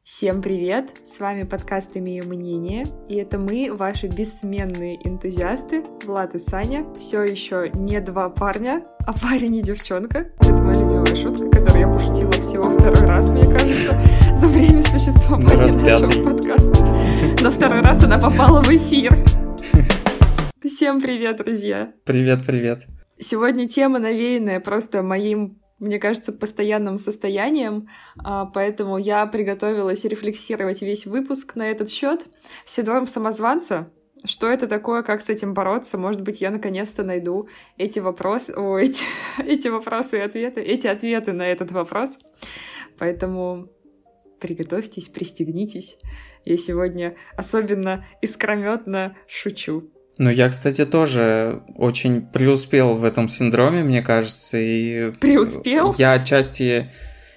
Всем привет! С вами подкаст «Имею мнение», и это мы, ваши бессменные энтузиасты, Влад и Саня. Все еще не два парня, а парень и девчонка. Это моя любимая шутка, которую я пошутила всего второй раз, мне кажется, за время существования нашего подкаста. Но второй раз она попала в эфир. Всем привет, друзья! Привет! Сегодня тема навеянная просто моим, мне кажется, постоянным состоянием, поэтому я приготовилась рефлексировать весь выпуск на этот счет. Синдром самозванца. Что это такое, как с этим бороться? Может быть, я наконец-то найду эти вопросы и ответы, эти ответы на этот вопрос. Поэтому приготовьтесь, пристегнитесь. Я сегодня особенно искрометно шучу. Ну, я, кстати, тоже очень преуспел в этом синдроме, мне кажется, и... Преуспел? Я отчасти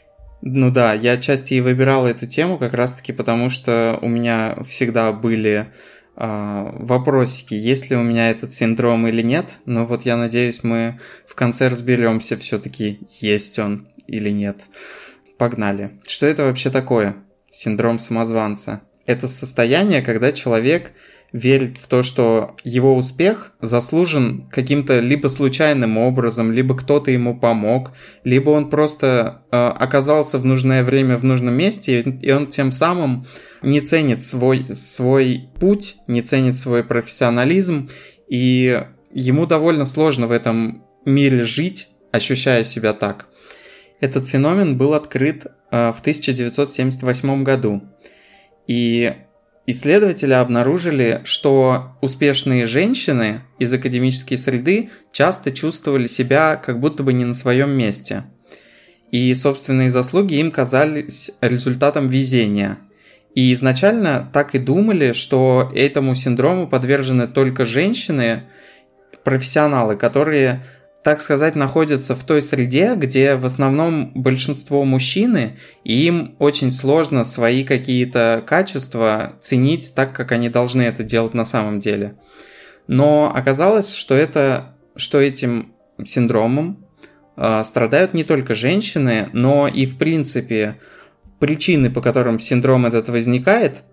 и выбирал эту тему как раз-таки потому, что у меня всегда были вопросики, есть ли у меня этот синдром или нет, но вот я надеюсь, мы в конце разберемся все-таки, есть он или нет. Погнали. Что это вообще такое, синдром самозванца? Это состояние, когда человек верит в то, что его успех заслужен каким-то либо случайным образом, либо кто-то ему помог, либо он просто оказался в нужное время в нужном месте, и он тем самым не ценит свой путь, не ценит свой профессионализм, и ему довольно сложно в этом мире жить, ощущая себя так. Этот феномен был открыт в 1978 году, и исследователи обнаружили, что успешные женщины из академической среды часто чувствовали себя как будто бы не на своем месте. И собственные заслуги им казались результатом везения. И изначально так и думали, что этому синдрому подвержены только женщины, профессионалы, которые, так сказать, находятся в той среде, где в основном большинство мужчины, и им очень сложно свои какие-то качества ценить так, как они должны это делать на самом деле. Но оказалось, что этим синдромом страдают не только женщины, но и в принципе причины, по которым синдром этот возникают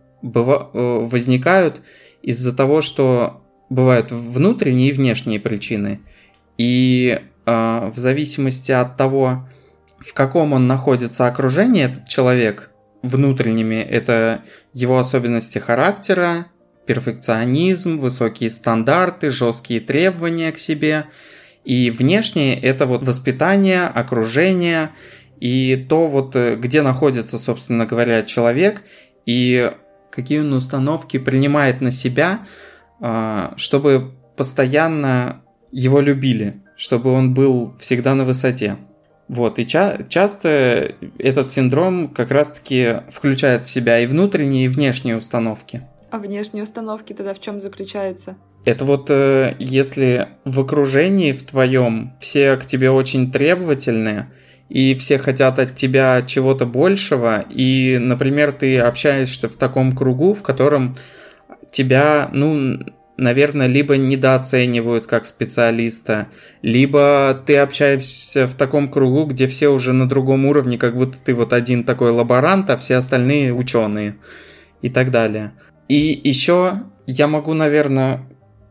из-за того, что бывают внутренние и внешние причины. И в зависимости от того, в каком он находится окружении, этот человек, внутренними, это его особенности характера, перфекционизм, высокие стандарты, жесткие требования к себе. И внешние – это вот воспитание, окружение и то, вот, где находится, собственно говоря, человек, и какие он установки принимает на себя, чтобы постоянно его любили, чтобы он был всегда на высоте. Вот, и часто этот синдром как раз-таки включает в себя и внутренние, и внешние установки. А внешние установки тогда в чем заключаются? Это вот если в окружении в твоем все к тебе очень требовательные, и все хотят от тебя чего-то большего, и, например, ты общаешься в таком кругу, в котором тебя, наверное, либо недооценивают как специалиста, либо ты общаешься в таком кругу, где все уже на другом уровне, как будто ты вот один такой лаборант, а все остальные ученые и так далее. И еще я могу, наверное,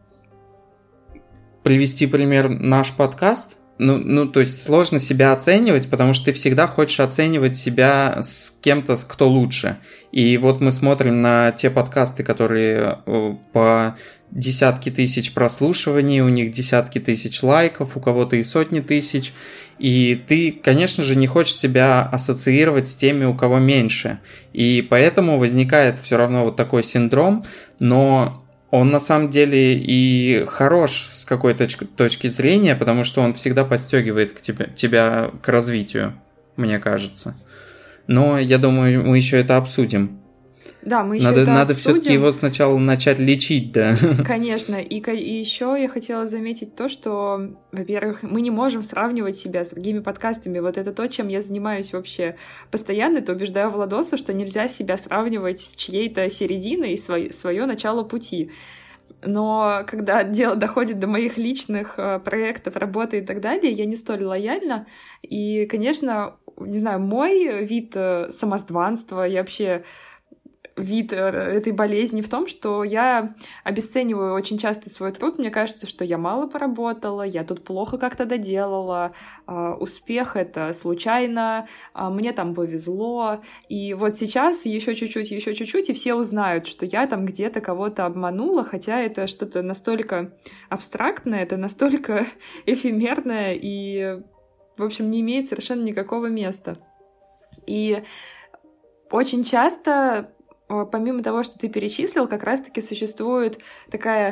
привести пример наш подкаст. То есть сложно себя оценивать, потому что ты всегда хочешь оценивать себя с кем-то, кто лучше. И вот мы смотрим на те подкасты, которые по десятки тысяч прослушиваний, у них десятки тысяч лайков, у кого-то и сотни тысяч. И ты, конечно же, не хочешь себя ассоциировать с теми, у кого меньше. И поэтому возникает все равно вот такой синдром, но он на самом деле и хорош с какой-то точки зрения, потому что он всегда подстегивает тебя к развитию, мне кажется. Но я думаю, мы еще это обсудим. Да, мы еще это обсудим. Надо все-таки его сначала начать лечить, да. Конечно. И еще я хотела заметить то, что, во-первых, мы не можем сравнивать себя с другими подкастами. Вот это то, чем я занимаюсь вообще постоянно. То убеждаю Владоса, что нельзя себя сравнивать с чьей-то серединой и свое начало пути. Но когда дело доходит до моих личных проектов, работы и так далее, я не столь лояльна. И, конечно, не знаю, мой вид самозванства и вообще вид этой болезни в том, что я обесцениваю очень часто свой труд. Мне кажется, что я мало поработала, я тут плохо как-то доделала, успех — это случайно, мне там повезло. И вот сейчас еще чуть-чуть, и все узнают, что я там где-то кого-то обманула, хотя это что-то настолько абстрактное, это настолько эфемерное и, в общем, не имеет совершенно никакого места. И очень часто, помимо того, что ты перечислил, как раз-таки существует такая,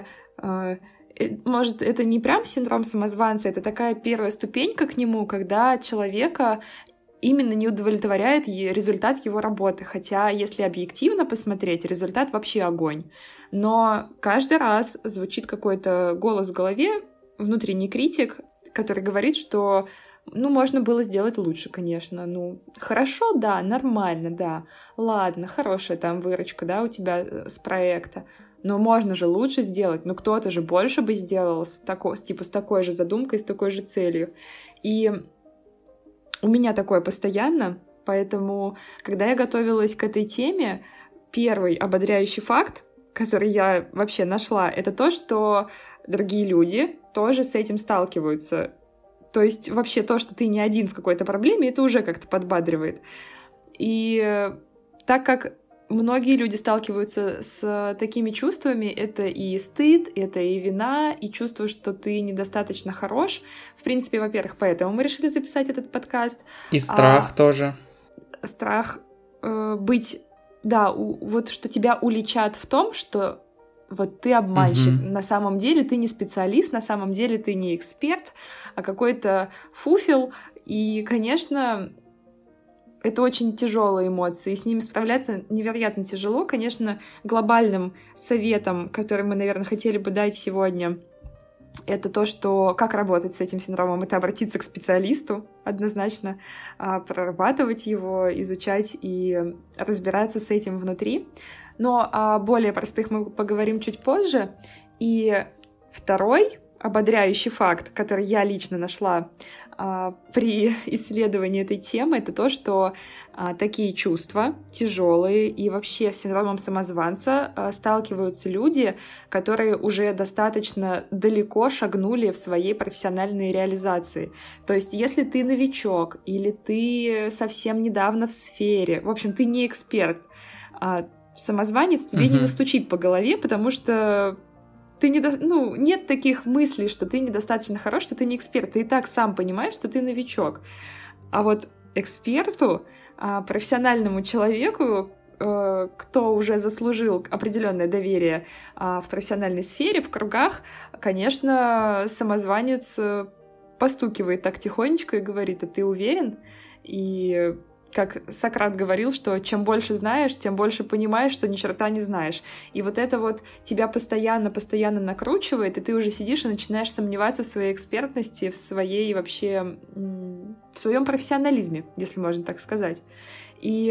может, это не прям синдром самозванца, это такая первая ступенька к нему, когда человека именно не удовлетворяет результат его работы. Хотя, если объективно посмотреть, результат вообще огонь. Но каждый раз звучит какой-то голос в голове, внутренний критик, который говорит, что можно было сделать лучше, конечно. Хорошо, да, нормально, да. Ладно, хорошая там выручка, да, у тебя с проекта. Но можно же лучше сделать. Кто-то же больше бы сделал с такой же задумкой, с такой же целью. И у меня такое постоянно. Поэтому, когда я готовилась к этой теме, первый ободряющий факт, который я вообще нашла, это то, что другие люди тоже с этим сталкиваются. То есть вообще то, что ты не один в какой-то проблеме, это уже как-то подбадривает. И так как многие люди сталкиваются с такими чувствами, это и стыд, это и вина, и чувство, что ты недостаточно хорош. В принципе, во-первых, поэтому мы решили записать этот подкаст. И страх тоже. Страх быть, да, вот что тебя уличат в том, что вот ты обманщик. На самом деле ты не специалист, на самом деле ты не эксперт, а какой-то фуфел. И, конечно, это очень тяжелые эмоции, и с ними справляться невероятно тяжело. Конечно, глобальным советом, который мы, наверное, хотели бы дать сегодня, это то, что как работать с этим синдромом, это обратиться к специалисту однозначно, прорабатывать его, изучать и разбираться с этим внутри. Но о более простых мы поговорим чуть позже. И второй ободряющий факт, который я лично нашла при исследовании этой темы, это то, что такие чувства тяжелые и вообще с синдромом самозванца сталкиваются люди, которые уже достаточно далеко шагнули в своей профессиональной реализации. То есть если ты новичок или ты совсем недавно в сфере, в общем, ты не эксперт, самозванец тебе не настучит по голове, потому что ты нет таких мыслей, что ты недостаточно хорош, что ты не эксперт. Ты и так сам понимаешь, что ты новичок. А вот эксперту, профессиональному человеку, кто уже заслужил определенное доверие в профессиональной сфере, в кругах, конечно, самозванец постукивает так тихонечко и говорит: а ты уверен? И как Сократ говорил, что чем больше знаешь, тем больше понимаешь, что ни черта не знаешь. И вот это вот тебя постоянно накручивает, и ты уже сидишь и начинаешь сомневаться в своей экспертности, в своей вообще, в своем профессионализме, если можно так сказать. И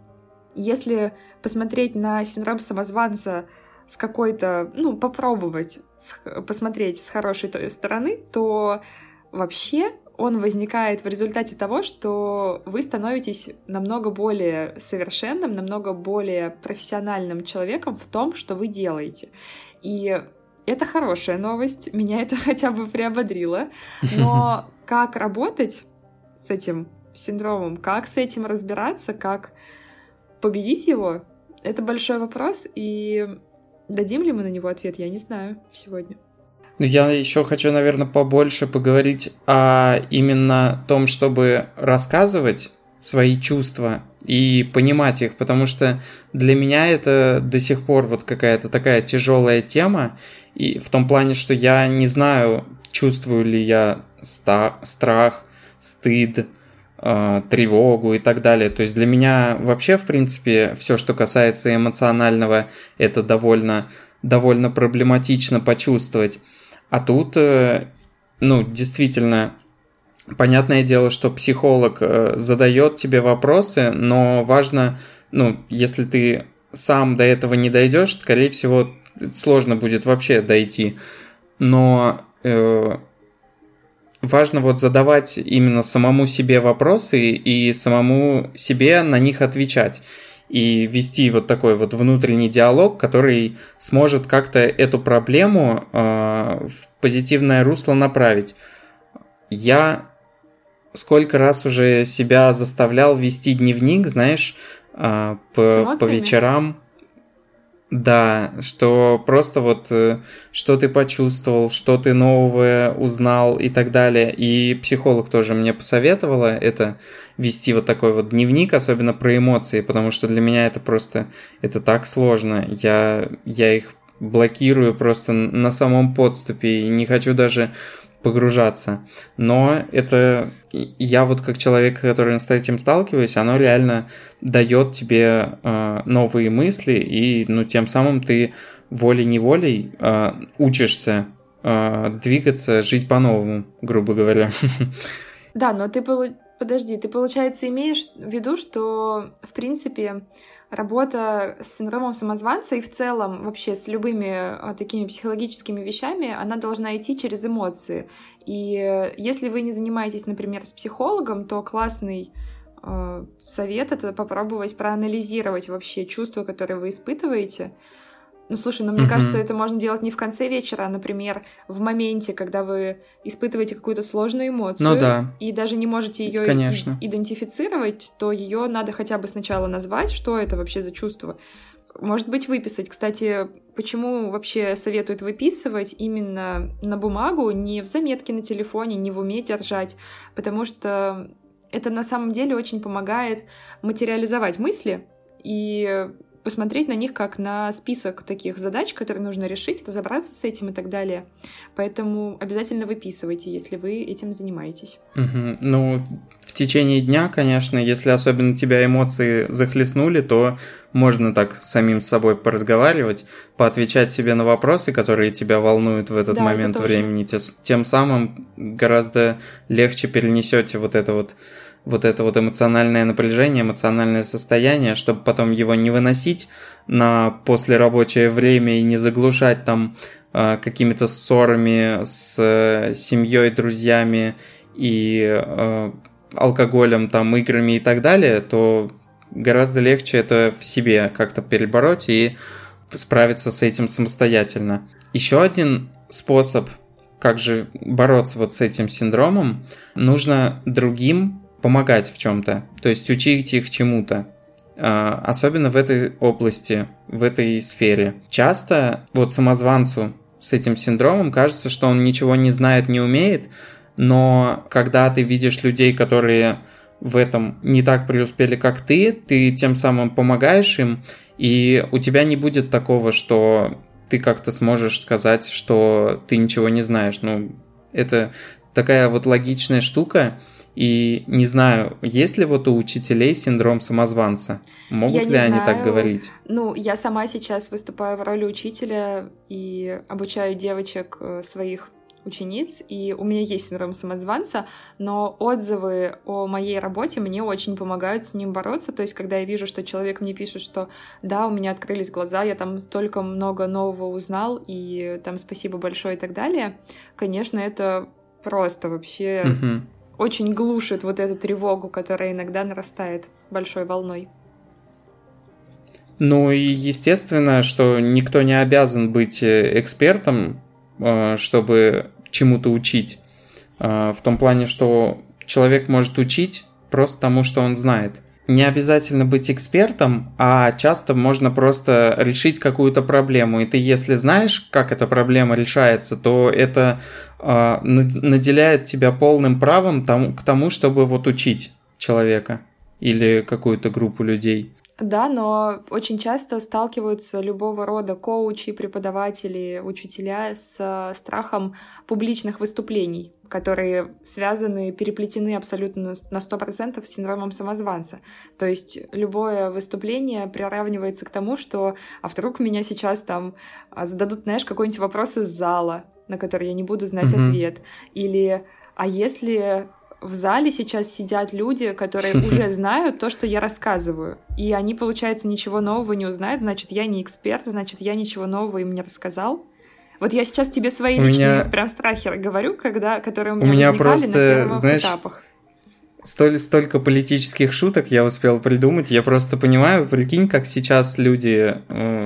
если посмотреть на синдром самозванца с какой-то, попробовать посмотреть с хорошей стороны, то вообще он возникает в результате того, что вы становитесь намного более совершенным, намного более профессиональным человеком в том, что вы делаете. И это хорошая новость, меня это хотя бы приободрило. Но как работать с этим синдромом, как с этим разбираться, как победить его, это большой вопрос, и дадим ли мы на него ответ, я не знаю сегодня. Я еще хочу, наверное, побольше поговорить о именно том, чтобы рассказывать свои чувства и понимать их, потому что для меня это до сих пор вот какая-то такая тяжелая тема, и в том плане, что я не знаю, чувствую ли я страх, стыд, тревогу и так далее. То есть для меня вообще, в принципе, все, что касается эмоционального, это довольно проблематично почувствовать. А тут, действительно, понятное дело, что психолог задает тебе вопросы, но важно, если ты сам до этого не дойдешь, скорее всего, сложно будет вообще дойти. Но важно вот задавать именно самому себе вопросы и самому себе на них отвечать. И вести вот такой вот внутренний диалог, который сможет как-то эту проблему в позитивное русло направить. Я сколько раз уже себя заставлял вести дневник, знаешь, по вечерам. Да, что просто вот что ты почувствовал, что ты новое узнал и так далее. И психолог тоже мне посоветовала это вести вот такой вот дневник, особенно про эмоции, потому что для меня это просто, это так сложно. Я их блокирую просто на самом подступе и не хочу даже погружаться. Но это я вот как человек, который с этим сталкиваюсь, оно реально дает тебе новые мысли, и тем самым ты волей-неволей учишься двигаться, жить по-новому, грубо говоря. Да, но подожди, ты, получается, имеешь в виду, что, в принципе, работа с синдромом самозванца и в целом вообще с любыми такими психологическими вещами, она должна идти через эмоции. И если вы не занимаетесь, например, с психологом, то классный совет — это попробовать проанализировать вообще чувства, которые вы испытываете. Слушай, мне кажется, это можно делать не в конце вечера, а, например, в моменте, когда вы испытываете какую-то сложную эмоцию, и даже не можете ее идентифицировать, то ее надо хотя бы сначала назвать, что это вообще за чувство. Может быть, выписать. Кстати, почему вообще советуют выписывать именно на бумагу, не в заметке на телефоне, не в уме держать, потому что это на самом деле очень помогает материализовать мысли и посмотреть на них как на список таких задач, которые нужно решить, разобраться с этим и так далее. Поэтому обязательно выписывайте, если вы этим занимаетесь. В течение дня, конечно, если особенно тебя эмоции захлестнули, то можно так самим собой поразговаривать, поотвечать себе на вопросы, которые тебя волнуют в этот момент времени. Тем самым гораздо легче перенесете вот это вот эмоциональное напряжение, эмоциональное состояние, чтобы потом его не выносить на послерабочее время и не заглушать там какими-то ссорами с семьей, друзьями и алкоголем, там, играми и так далее, то гораздо легче это в себе как-то перебороть и справиться с этим самостоятельно. Еще один способ, как же бороться вот с этим синдромом, нужно другим помогать в чем-то, то есть учить их чему-то, особенно в этой области, в этой сфере. Часто вот самозванцу с этим синдромом кажется, что он ничего не знает, не умеет, но когда ты видишь людей, которые в этом не так преуспели, как ты тем самым помогаешь им, и у тебя не будет такого, что ты как-то сможешь сказать, что ты ничего не знаешь. Это такая вот логичная штука. И не знаю, есть ли вот у учителей синдром самозванца? Могут ли они так говорить? Я сама сейчас выступаю в роли учителя и обучаю девочек своих учениц, и у меня есть синдром самозванца, но отзывы о моей работе мне очень помогают с ним бороться. То есть, когда я вижу, что человек мне пишет, что да, у меня открылись глаза, я там столько много нового узнал, и там спасибо большое и так далее, конечно, это просто вообще очень глушит вот эту тревогу, которая иногда нарастает большой волной. И естественно, что никто не обязан быть экспертом, чтобы чему-то учить. В том плане, что человек может учить просто тому, что он знает. Не обязательно быть экспертом, а часто можно просто решить какую-то проблему. И ты, если знаешь, как эта проблема решается, то это наделяет тебя полным правом к тому, чтобы вот учить человека или какую-то группу людей. Да, но очень часто сталкиваются любого рода коучи, преподаватели, учителя с страхом публичных выступлений, которые связаны, переплетены абсолютно на 100% с синдромом самозванца. То есть любое выступление приравнивается к тому, что а вдруг меня сейчас там зададут, какой-нибудь вопрос из зала, на который я не буду знать ответ. Или а если в зале сейчас сидят люди, которые уже знают то, что я рассказываю. И они, получается, ничего нового не узнают. Значит, я не эксперт, значит, я ничего нового им не рассказал. Вот я сейчас тебе свои личные прям страхи говорю, которые у меня возникали на первых этапах. Столько политических шуток я успел придумать. Я просто понимаю, прикинь, как сейчас люди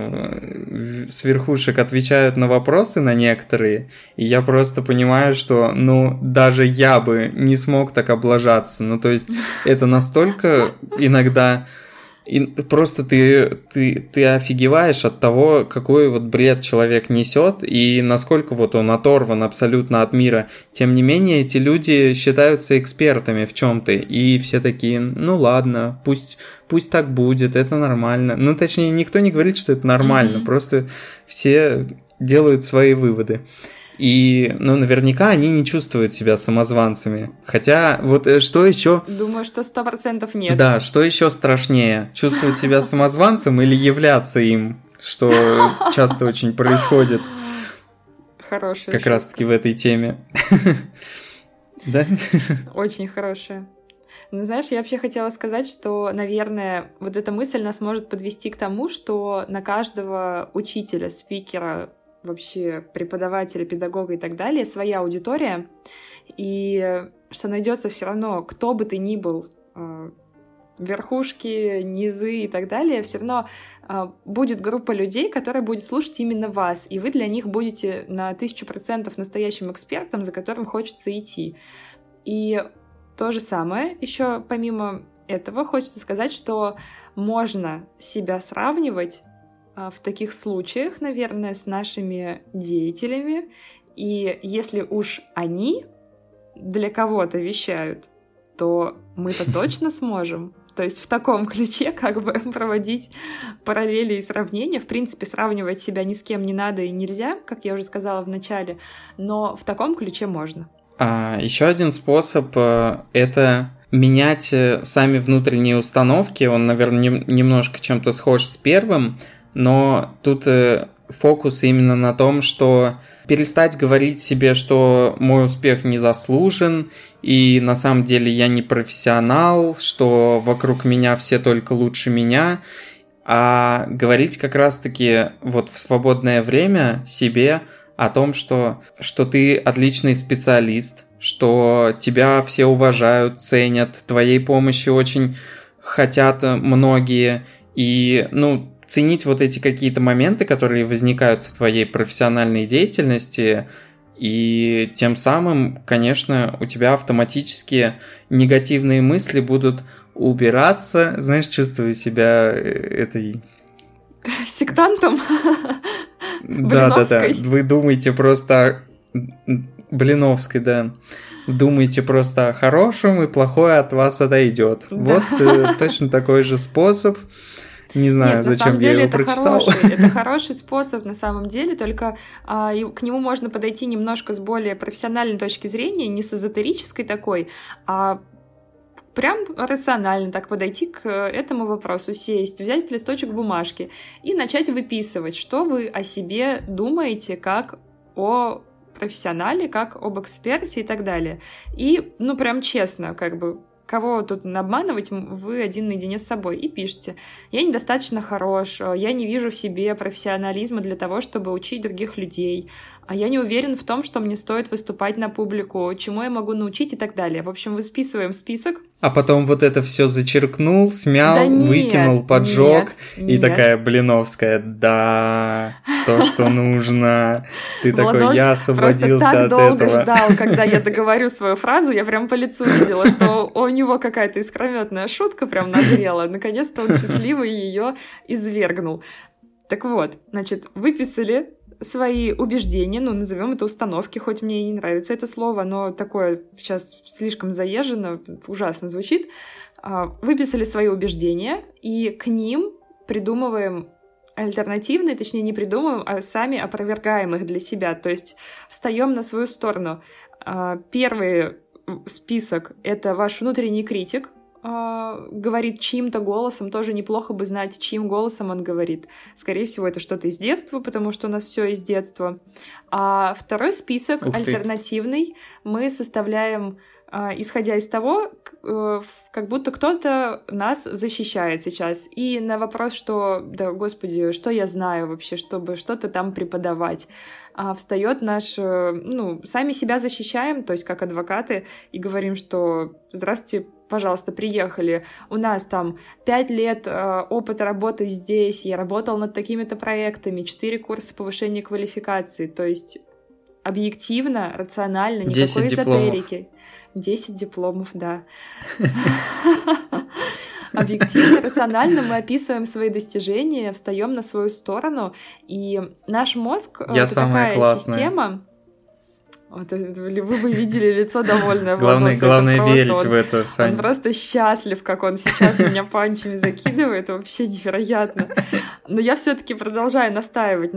с верхушек отвечают на вопросы на некоторые, и я просто понимаю, что, даже я бы не смог так облажаться. То есть это настолько иногда... И просто ты офигеваешь от того, какой вот бред человек несет и насколько вот он оторван абсолютно от мира. Тем не менее, эти люди считаются экспертами в чем-то, и все такие, ладно, пусть так будет, это нормально. Точнее, никто не говорит, что это нормально, просто все делают свои выводы. И, наверняка они не чувствуют себя самозванцами. Хотя, вот что еще... Думаю, что 100% нет. Да, что еще страшнее? Чувствовать себя самозванцем или являться им? Что часто очень происходит. Хорошая как раз-таки в этой теме. Да? Очень хорошая. Знаешь, я вообще хотела сказать, что, наверное, вот эта мысль нас может подвести к тому, что на каждого учителя, спикера, вообще преподавателя, педагога и так далее своя аудитория, и что найдется все равно, кто бы ты ни был, верхушки, низы и так далее, все равно будет группа людей, которая будет слушать именно вас, и вы для них будете на 1000% настоящим экспертом, за которым хочется идти. И то же самое, еще помимо этого, хочется сказать, что можно себя сравнивать в таких случаях, наверное, с нашими деятелями. И если уж они для кого-то вещают, то мы-то точно сможем. То есть в таком ключе как бы проводить параллели и сравнения. В принципе, сравнивать себя ни с кем не надо и нельзя, как я уже сказала в начале, но в таком ключе можно. Еще один способ — это менять сами внутренние установки. Он, наверное, немножко чем-то схож с первым, но тут фокус именно на том, что перестать говорить себе, что мой успех не заслужен, и на самом деле я не профессионал, что вокруг меня все только лучше меня, а говорить как раз-таки вот в свободное время себе о том, что ты отличный специалист, что тебя все уважают, ценят, твоей помощи очень хотят многие, и, ценить вот эти какие-то моменты, которые возникают в твоей профессиональной деятельности, и тем самым, конечно, у тебя автоматически негативные мысли будут убираться. Знаешь, чувствую себя этой... Сектантом? Да. Вы думаете просто... Блиновской, да. Думаете просто о хорошем, и плохое от вас отойдет. Да. Вот точно такой же способ. Не знаю, Нет, зачем я его прочитал. Это хороший способ на самом деле, только к нему можно подойти немножко с более профессиональной точки зрения, не с эзотерической такой, а прям рационально так подойти к этому вопросу, сесть, взять листочек бумажки и начать выписывать, что вы о себе думаете как о профессионале, как об эксперте и так далее. И, прям честно, кого тут обманывать, вы один наедине с собой, и пишите: я недостаточно хорош, я не вижу в себе профессионализма для того, чтобы учить других людей, а я не уверен в том, что мне стоит выступать на публику, чему я могу научить и так далее. В общем, выписываем список. А потом вот это все зачеркнул, смял, выкинул, поджег, и такая Блиновская: да, то, что нужно. Ты такой: я освободился от этого. Просто так долго ждал, когда я договорю свою фразу, я прям по лицу видела, что у него какая-то искрометная шутка прям назрела. Наконец-то он счастливый ее извергнул. Так вот, значит, выписали свои убеждения, назовем это установки, хоть мне и не нравится это слово, но такое сейчас слишком заезжено, ужасно звучит. Выписали свои убеждения, и к ним придумываем альтернативные, точнее, не придумываем, а сами опровергаем их для себя, то есть встаем на свою сторону. Первый список — это ваш внутренний критик, говорит чьим-то голосом, тоже неплохо бы знать, чьим голосом он говорит. Скорее всего, это что-то из детства, потому что у нас все из детства. А второй список, альтернативный, мы составляем исходя из того, как будто кто-то нас защищает сейчас. И на вопрос, что, да, господи, что я знаю вообще, чтобы что-то там преподавать, встает наш, сами себя защищаем, то есть как адвокаты, и говорим, что здравствуйте, пожалуйста, приехали, у нас там 5 лет опыта работы здесь, я работал над такими-то проектами, 4 курса повышения квалификации, то есть объективно, рационально, никакой эзотерики. 10 дипломов, да. Объективно, рационально мы описываем свои достижения, встаем на свою сторону, и наш мозг — это такая система. Вот, вы бы видели лицо довольное. Главное верить в это, Саня. Он просто счастлив, как он сейчас меня панчами закидывает, вообще невероятно. Но я все-таки продолжаю настаивать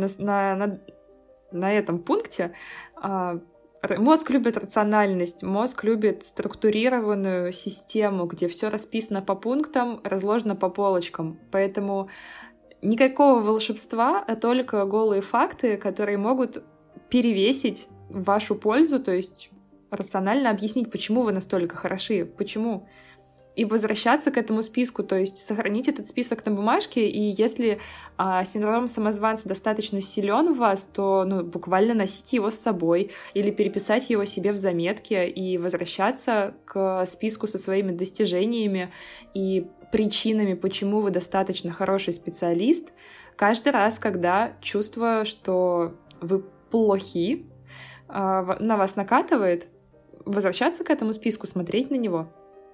на этом пункте. Мозг любит рациональность, мозг любит структурированную систему, где все расписано по пунктам, разложено по полочкам. Поэтому никакого волшебства, а только голые факты, которые могут перевесить в вашу пользу, то есть рационально объяснить, почему вы настолько хороши, почему. И возвращаться к этому списку, то есть сохранить этот список на бумажке, и если синдром самозванца достаточно силен в вас, то буквально носите его с собой или переписать его себе в заметке и возвращаться к списку со своими достижениями и причинами, почему вы достаточно хороший специалист, каждый раз, когда чувство, что вы плохи, на вас накатывает, возвращаться к этому списку, смотреть на него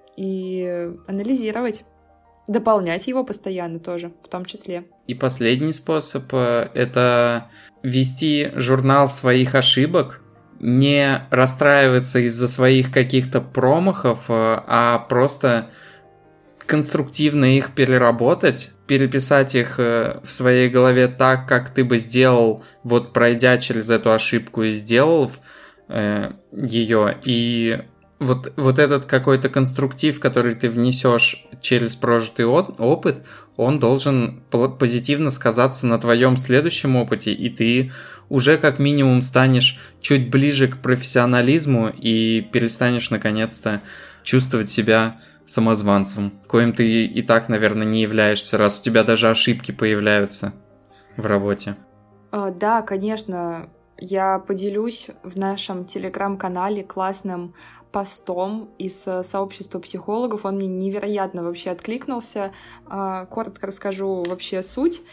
и анализировать, дополнять его постоянно тоже, в том числе. И последний способ — это вести журнал своих ошибок, не расстраиваться из-за своих каких-то промахов, а просто конструктивно их переработать, переписать их в своей голове так, как ты бы сделал, вот пройдя через эту ошибку и сделав ее, и вот этот какой-то конструктив, который ты внесешь через прожитый опыт, он должен позитивно сказаться на твоем следующем опыте, и ты уже как минимум станешь чуть ближе к профессионализму и перестанешь наконец-то чувствовать себя самозванцем, коим ты и так, наверное, не являешься, раз у тебя даже ошибки появляются в работе. Да, конечно. Я поделюсь в нашем телеграм-канале классным постом из сообщества психологов. Он мне невероятно вообще откликнулся. Коротко расскажу вообще суть.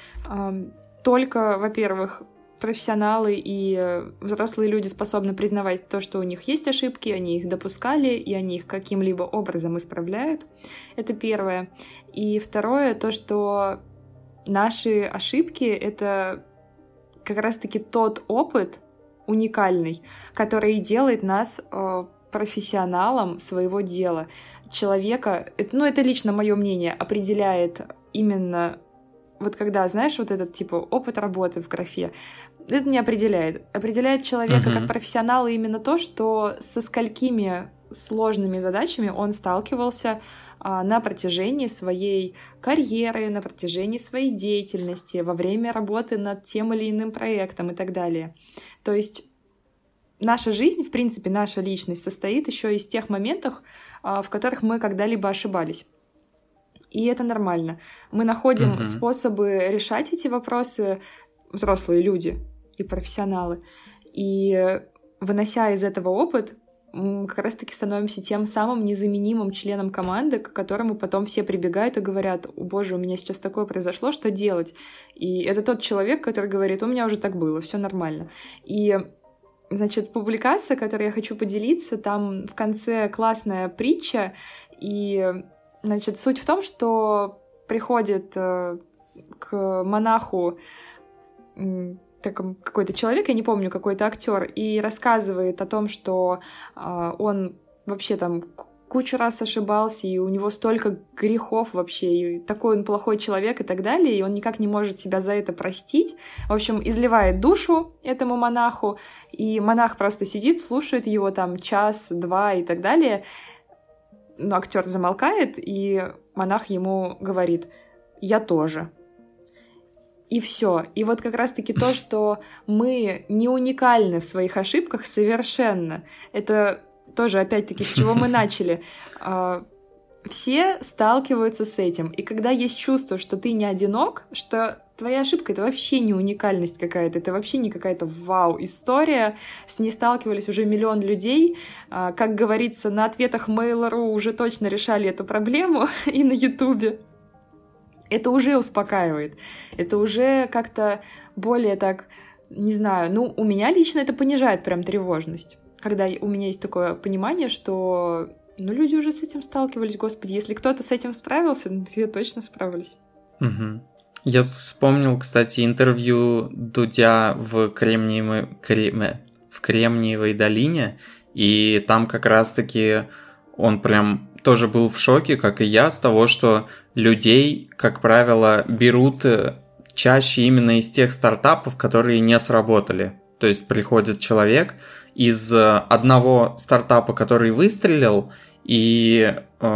Только, во-первых, профессионалы и взрослые люди способны признавать то, что у них есть ошибки, они их допускали, и они их каким-либо образом исправляют. Это первое. И второе, то, что наши ошибки — это как раз-таки тот опыт уникальный, который делает нас профессионалом своего дела. Человека, это лично мое мнение, определяет именно, вот когда, знаешь, вот этот типа опыт работы в графе, это не определяет. Определяет человека как профессионала именно то, что со сколькими сложными задачами он сталкивался на протяжении своей карьеры, на протяжении своей деятельности, во время работы над тем или иным проектом и так далее. То есть наша жизнь, в принципе, наша личность состоит еще из тех моментов, в которых мы когда-либо ошибались. И это нормально. Мы находим способы решать эти вопросы, взрослые люди и профессионалы. И вынося из этого опыт, мы как раз-таки становимся тем самым незаменимым членом команды, к которому потом все прибегают и говорят: «О боже, у меня сейчас такое произошло, что делать?» И это тот человек, который говорит: «У меня уже так было, все нормально». И, значит, публикация, которой я хочу поделиться, там в конце классная притча, и, значит, суть в том, что приходит к монаху какой-то человек, я не помню, какой-то актер, и рассказывает о том, что он вообще там кучу раз ошибался, и у него столько грехов вообще, и такой он плохой человек и так далее, и он никак не может себя за это простить. В общем, изливает душу этому монаху, и монах просто сидит, слушает его там час-два и так далее. Но актер замолкает, и монах ему говорит: «Я тоже». И все. И вот как раз-таки то, что мы не уникальны в своих ошибках совершенно. Это тоже, опять-таки, с чего мы начали. Все сталкиваются с этим. И когда есть чувство, что ты не одинок, что твоя ошибка — это вообще не уникальность какая-то, это вообще не какая-то вау-история, с ней сталкивались уже миллион людей. Как говорится, на ответах Mail.ru уже точно решали эту проблему, и на Ютубе. Это уже успокаивает. Это уже как-то более так, не знаю, ну, у меня лично это понижает прям тревожность. Когда у меня есть такое понимание, что... Ну, люди уже с этим сталкивались, господи. Если кто-то с этим справился, ну, я точно справлюсь. Угу. Я тут вспомнил, кстати, интервью Дудя в Кремниевой долине, и там как раз-таки он прям тоже был в шоке, как и я, с того, что людей, как правило, берут чаще именно из тех стартапов, которые не сработали. То есть приходит человек из одного стартапа, который выстрелил, и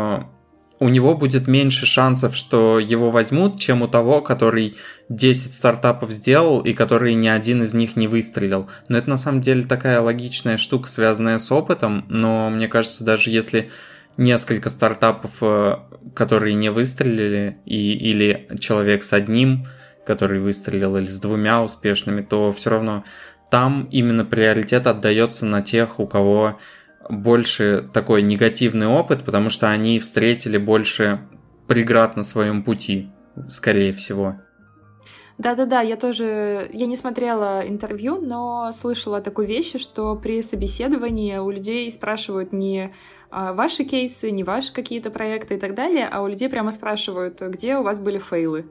у него будет меньше шансов, что его возьмут, чем у того, который 10 стартапов сделал, и который ни один из них не выстрелил. Но это на самом деле такая логичная штука, связанная с опытом, но мне кажется, даже если несколько стартапов, которые не выстрелили, или человек с одним, который выстрелил, или с двумя успешными, то все равно там именно приоритет отдается на тех, у кого больше такой негативный опыт, потому что они встретили больше преград на своем пути, скорее всего. Да-да-да, я не смотрела интервью, но слышала такую вещь, что при собеседовании у людей спрашивают не ваши кейсы, не ваши какие-то проекты и так далее, а у людей прямо спрашивают, где у вас были фейлы.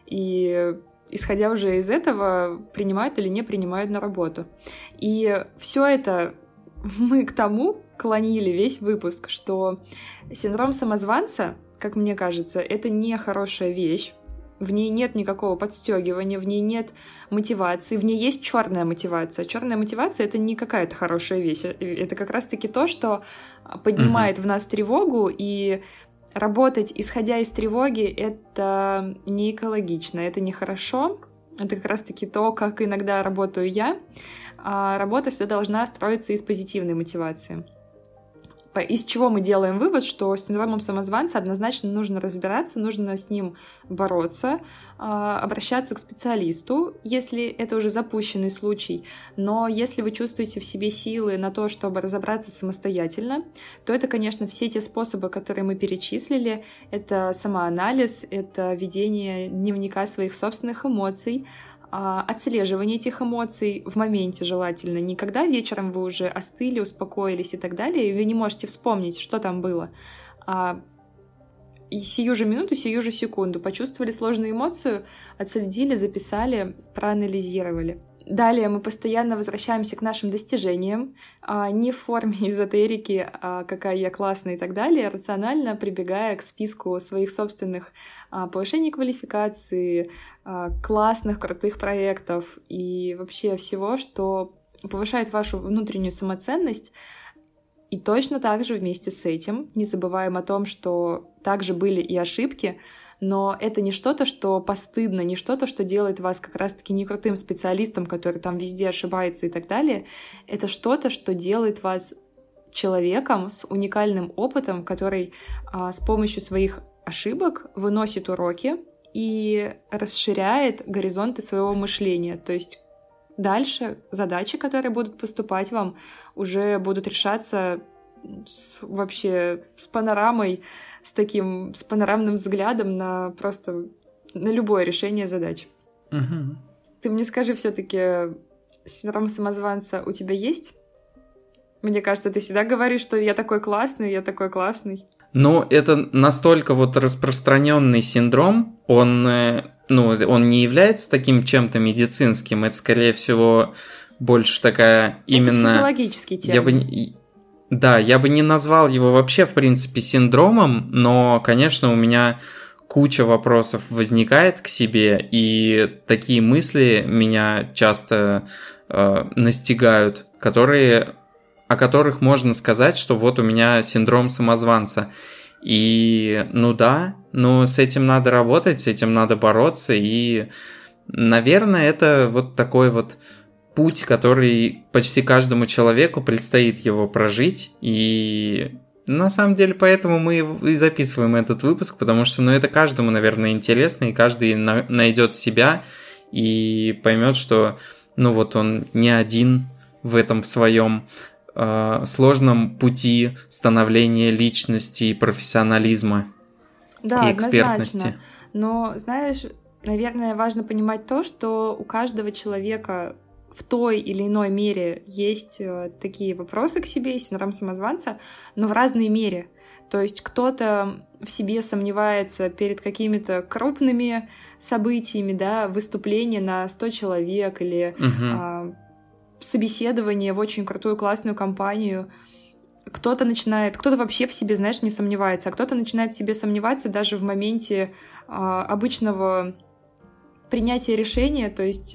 И исходя уже из этого, принимают или не принимают на работу. И все это мы к тому клонили весь выпуск, что синдром самозванца, как мне кажется, это не хорошая вещь. В ней нет никакого подстегивания, в ней нет мотивации, в ней есть черная мотивация. Черная мотивация — это не какая-то хорошая вещь, это как раз-таки то, что поднимает в нас тревогу, и работать, исходя из тревоги, это не экологично, это нехорошо. Это как раз-таки то, как иногда работаю я. А работа всегда должна строиться из позитивной мотивации. Из чего мы делаем вывод, что с синдромом самозванца однозначно нужно разбираться, нужно с ним бороться, обращаться к специалисту, если это уже запущенный случай. Но если вы чувствуете в себе силы на то, чтобы разобраться самостоятельно, то это, конечно, все те способы, которые мы перечислили. Это самоанализ, это ведение дневника своих собственных эмоций, отслеживание этих эмоций в моменте желательно, не когда вечером вы уже остыли, успокоились и так далее, и вы не можете вспомнить, что там было, и сию же минуту, сию же секунду почувствовали сложную эмоцию, отследили, записали, проанализировали. Далее мы постоянно возвращаемся к нашим достижениям, не в форме эзотерики, какая я классная и так далее, рационально прибегая к списку своих собственных повышений квалификации, классных, крутых проектов и вообще всего, что повышает вашу внутреннюю самоценность. И точно так же вместе с этим не забываем о том, что также были и ошибки, но это не что-то, что постыдно, не что-то, что делает вас как раз-таки не крутым специалистом, который там везде ошибается и так далее. Это что-то, что делает вас человеком с уникальным опытом, который с помощью своих ошибок выносит уроки и расширяет горизонты своего мышления. То есть дальше задачи, которые будут поступать вам, уже будут решаться вообще с панорамой, с панорамным взглядом на любое решение задач. Угу. Ты мне скажи, все-таки синдром самозванца у тебя есть? Мне кажется, ты всегда говоришь, что я такой классный, я такой классный. Ну, это настолько вот распространенный синдром, он не является таким чем-то медицинским, это, скорее всего, больше такая именно... Это психологический термин. Я бы не назвал его вообще, в принципе, синдромом, но, конечно, у меня куча вопросов возникает к себе, и такие мысли меня часто настигают, о которых можно сказать, что вот у меня синдром самозванца. И, но с этим надо работать, с этим надо бороться, и, наверное, это вот такой вот путь, который почти каждому человеку предстоит его прожить, и на самом деле поэтому мы и записываем этот выпуск, потому что, это каждому, наверное, интересно, и каждый найдет себя и поймет, что, он не один в этом в своем сложном пути становления личности и профессионализма, да, и экспертности. Однозначно. Но, знаешь, наверное, важно понимать то, что у каждого человека в той или иной мере есть такие вопросы к себе, синдром самозванца, но в разной мере. То есть кто-то в себе сомневается перед какими-то крупными событиями, да, выступление на 100 человек или собеседование в очень крутую классную компанию. Кто-то вообще в себе, знаешь, не сомневается, а кто-то начинает в себе сомневаться даже в моменте обычного принятия решения, то есть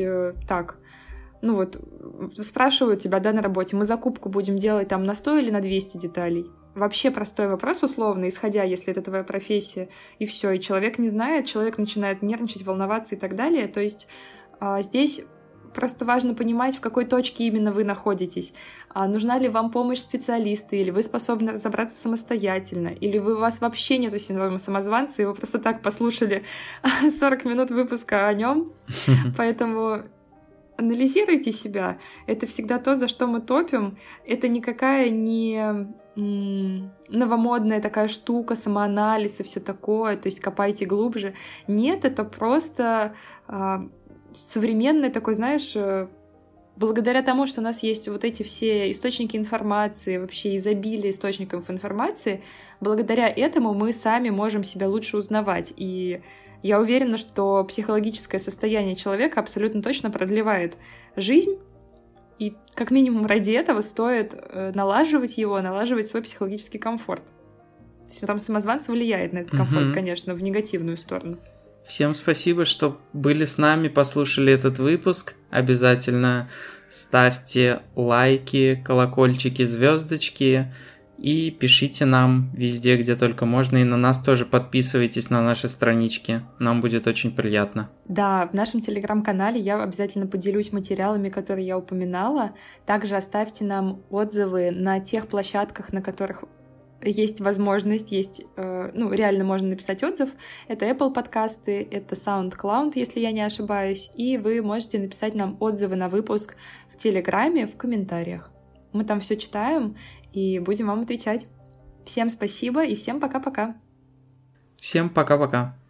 спрашивают тебя, да, на работе, мы закупку будем делать там на 100 или на 200 деталей. Вообще простой вопрос, условно, исходя, если это твоя профессия, и все, и человек не знает, человек начинает нервничать, волноваться и так далее. То есть здесь просто важно понимать, в какой точке именно вы находитесь. Нужна ли вам помощь специалиста, или вы способны разобраться самостоятельно, или у вас вообще нету синдрома самозванца, и вы просто так послушали 40 минут выпуска о нем. Поэтому анализируйте себя. Это всегда то, за что мы топим. Это никакая не новомодная такая штука, самоанализ и все такое, то есть копайте глубже. Нет, это просто современный такой, знаешь, благодаря тому, что у нас есть вот эти все источники информации, вообще изобилие источников информации, благодаря этому мы сами можем себя лучше узнавать. И я уверена, что психологическое состояние человека абсолютно точно продлевает жизнь, и как минимум ради этого стоит налаживать свой психологический комфорт. Синдром самозванца влияет на этот комфорт, конечно, в негативную сторону. Всем спасибо, что были с нами, послушали этот выпуск. Обязательно ставьте лайки, колокольчики, звездочки и пишите нам везде, где только можно. И на нас тоже подписывайтесь на наши странички. Нам будет очень приятно. Да, в нашем телеграм-канале я обязательно поделюсь материалами, которые я упоминала. Также оставьте нам отзывы на тех площадках, на которых есть возможность, реально можно написать отзыв. Это Apple подкасты, это SoundCloud, если я не ошибаюсь, и вы можете написать нам отзывы на выпуск в Телеграме, в комментариях. Мы там все читаем и будем вам отвечать. Всем спасибо и всем пока-пока. Всем пока-пока.